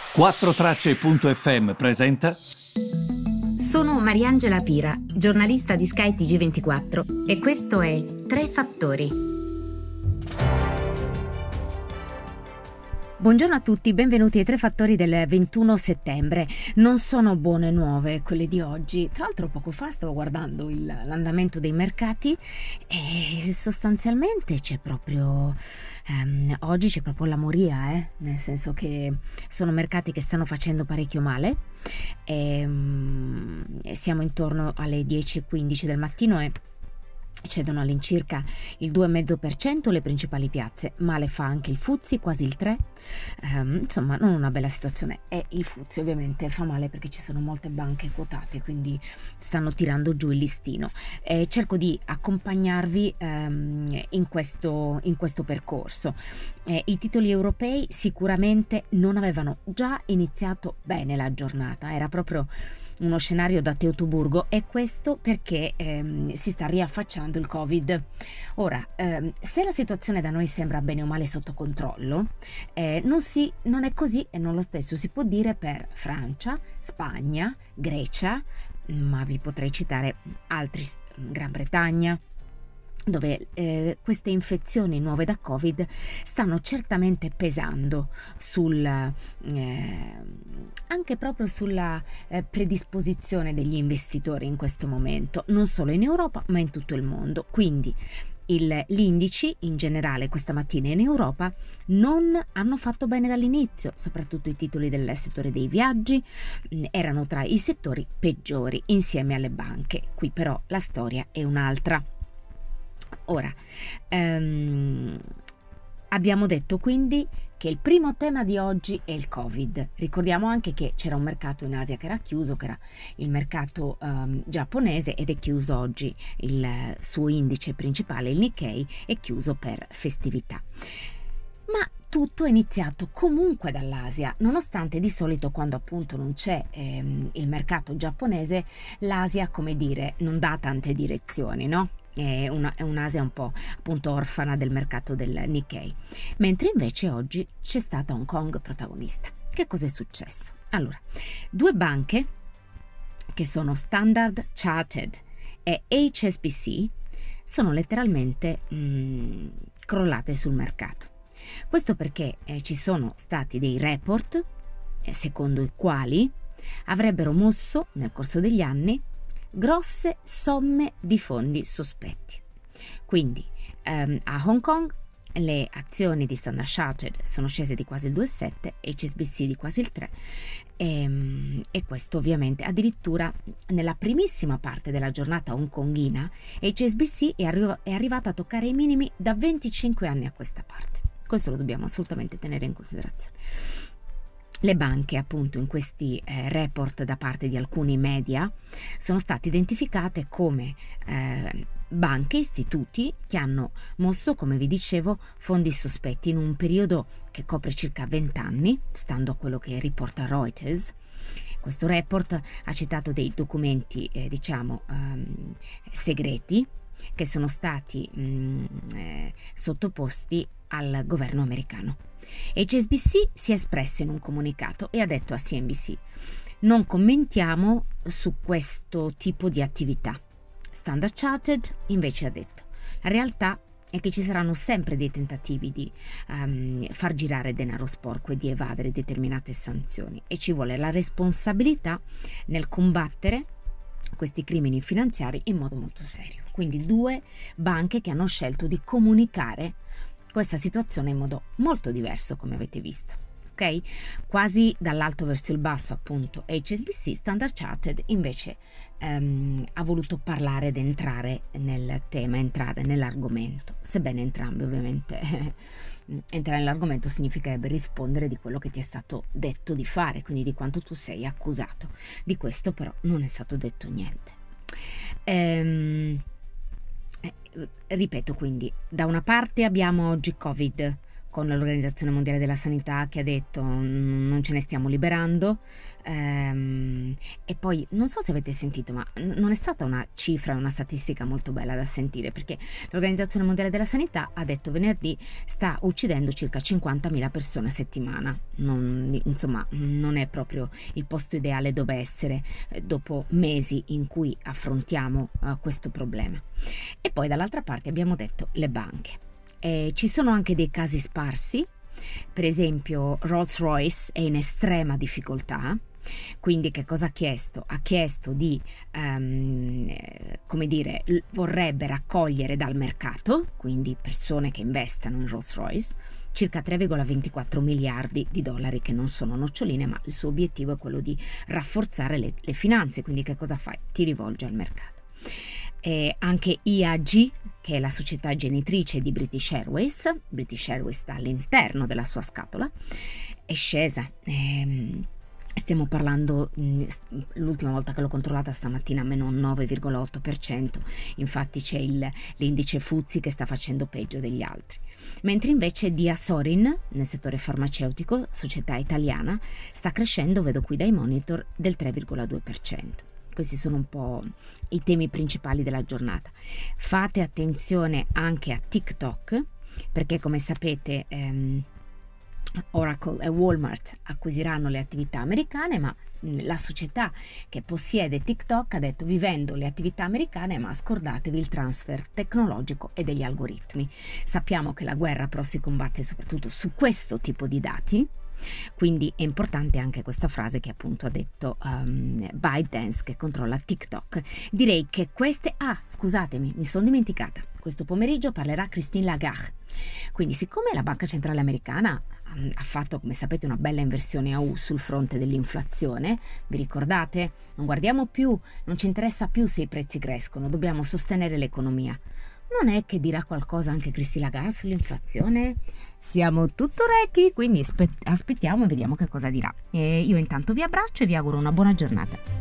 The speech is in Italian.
4Tracce.fm presenta. Sono Mariangela Pira, giornalista di Sky TG24 e questo è Tre Fattori. Buongiorno a tutti, benvenuti ai Tre Fattori del 21 settembre. Non sono buone nuove quelle di oggi. Tra l'altro poco fa stavo guardando l'andamento dei mercati e sostanzialmente c'è proprio oggi c'è proprio la moria, nel senso che sono mercati che stanno facendo parecchio male. Siamo intorno alle 10:15 del mattino e cedono all'incirca il 2,5% le principali piazze, male fa anche il FTSE, quasi il 3%, insomma non una bella situazione. E il FTSE ovviamente fa male perché ci sono molte banche quotate, quindi stanno tirando giù il listino. Cerco di accompagnarvi in questo percorso. I titoli europei sicuramente non avevano già iniziato bene la giornata, era proprio uno scenario da Teutoburgo, e questo perché si sta riaffacciando il Covid. Ora, se la situazione da noi sembra bene o male sotto controllo, non è così, e non lo stesso si può dire per Francia, Spagna, Grecia, ma vi potrei citare altri, Gran Bretagna, dove queste infezioni nuove da Covid stanno certamente pesando anche proprio sulla predisposizione degli investitori in questo momento, non solo in Europa ma in tutto il mondo. Quindi gli indici in generale questa mattina in Europa non hanno fatto bene dall'inizio, soprattutto i titoli del settore dei viaggi erano tra i settori peggiori insieme alle banche. Qui però la storia è un'altra. Ora, abbiamo detto quindi che il primo tema di oggi è il Covid. Ricordiamo anche che c'era un mercato in Asia che era chiuso, che era il mercato giapponese, ed è chiuso oggi il suo indice principale, il Nikkei, è chiuso per festività. Ma tutto è iniziato comunque dall'Asia, nonostante di solito quando appunto non c'è il mercato giapponese, l'Asia, come dire, non dà tante direzioni, no? È un'Asia un po' appunto orfana del mercato del Nikkei, mentre invece oggi c'è stata Hong Kong protagonista. Che cosa è successo? Allora, due banche che sono Standard Chartered e HSBC sono letteralmente crollate sul mercato. Questo perché ci sono stati dei report secondo i quali avrebbero mosso nel corso degli anni grosse somme di fondi sospetti. Quindi a Hong Kong le azioni di Standard Chartered sono scese di quasi il 2,7%, HSBC di quasi il 3%, e questo ovviamente addirittura nella primissima parte della giornata hongkonghina HSBC è arrivata a toccare i minimi da 25 anni a questa parte. Questo lo dobbiamo assolutamente tenere in considerazione. Le banche, appunto, in questi report da parte di alcuni media sono state identificate come banche, istituti che hanno mosso, come vi dicevo, fondi sospetti in un periodo che copre circa 20 anni, stando a quello che riporta Reuters. Questo report ha citato dei documenti, segreti, che sono stati sottoposti al governo americano. HSBC si è espressa in un comunicato e ha detto a CNBC: non commentiamo su questo tipo di attività. Standard Chartered invece ha detto: la realtà è che ci saranno sempre dei tentativi di far girare denaro sporco e di evadere determinate sanzioni, e ci vuole la responsabilità nel combattere questi crimini finanziari in modo molto serio. Quindi due banche che hanno scelto di comunicare questa situazione in modo molto diverso, come avete visto, ok? Quasi dall'alto verso il basso, appunto, HSBC. Standard Chartered invece ha voluto parlare ed entrare nel tema, entrare nell'argomento, sebbene entrambi ovviamente entrare nell'argomento significherebbe rispondere di quello che ti è stato detto di fare, quindi di quanto tu sei accusato. Di questo però non è stato detto niente. Ripeto, quindi da una parte abbiamo oggi Covid, con l'Organizzazione Mondiale della Sanità che ha detto non ce ne stiamo liberando, e poi non so se avete sentito, ma non è stata una cifra, una statistica molto bella da sentire, perché l'Organizzazione Mondiale della Sanità ha detto venerdì sta uccidendo circa 50.000 persone a settimana. Insomma, non è proprio il posto ideale dove essere dopo mesi in cui affrontiamo questo problema. E poi dall'altra parte abbiamo detto le banche. Ci sono anche dei casi sparsi, per esempio Rolls-Royce è in estrema difficoltà. Quindi che cosa ha chiesto? Ha chiesto di, come dire, vorrebbe raccogliere dal mercato, quindi persone che investano in Rolls-Royce, circa 3,24 miliardi di dollari, che non sono noccioline, ma il suo obiettivo è quello di rafforzare le finanze. Quindi che cosa fai? Ti rivolgi al mercato. Anche IAG, che è la società genitrice di British Airways sta all'interno della sua scatola, è scesa. Stiamo parlando, l'ultima volta che l'ho controllata stamattina, meno 9,8%, infatti c'è l'indice FTSE che sta facendo peggio degli altri. Mentre invece Diasorin, nel settore farmaceutico, società italiana, sta crescendo, vedo qui dai monitor, del 3,2%. Questi sono un po' i temi principali della giornata. Fate attenzione anche a TikTok, perché come sapete Oracle e Walmart acquisiranno le attività americane, ma la società che possiede TikTok ha detto vivendo le attività americane, ma scordatevi il transfer tecnologico e degli algoritmi. Sappiamo che la guerra però si combatte soprattutto su questo tipo di dati. Quindi è importante anche questa frase che appunto ha detto ByteDance, che controlla TikTok. Direi che scusatemi, mi sono dimenticata, questo pomeriggio parlerà Christine Lagarde. Quindi siccome la Banca Centrale Americana ha fatto, come sapete, una bella inversione a U sul fronte dell'inflazione, vi ricordate? Non ci interessa più se i prezzi crescono, dobbiamo sostenere l'economia. Non è che dirà qualcosa anche Christine Lagarde sull'inflazione? Siamo tutto orecchi, quindi aspettiamo e vediamo che cosa dirà. Io intanto vi abbraccio e vi auguro una buona giornata.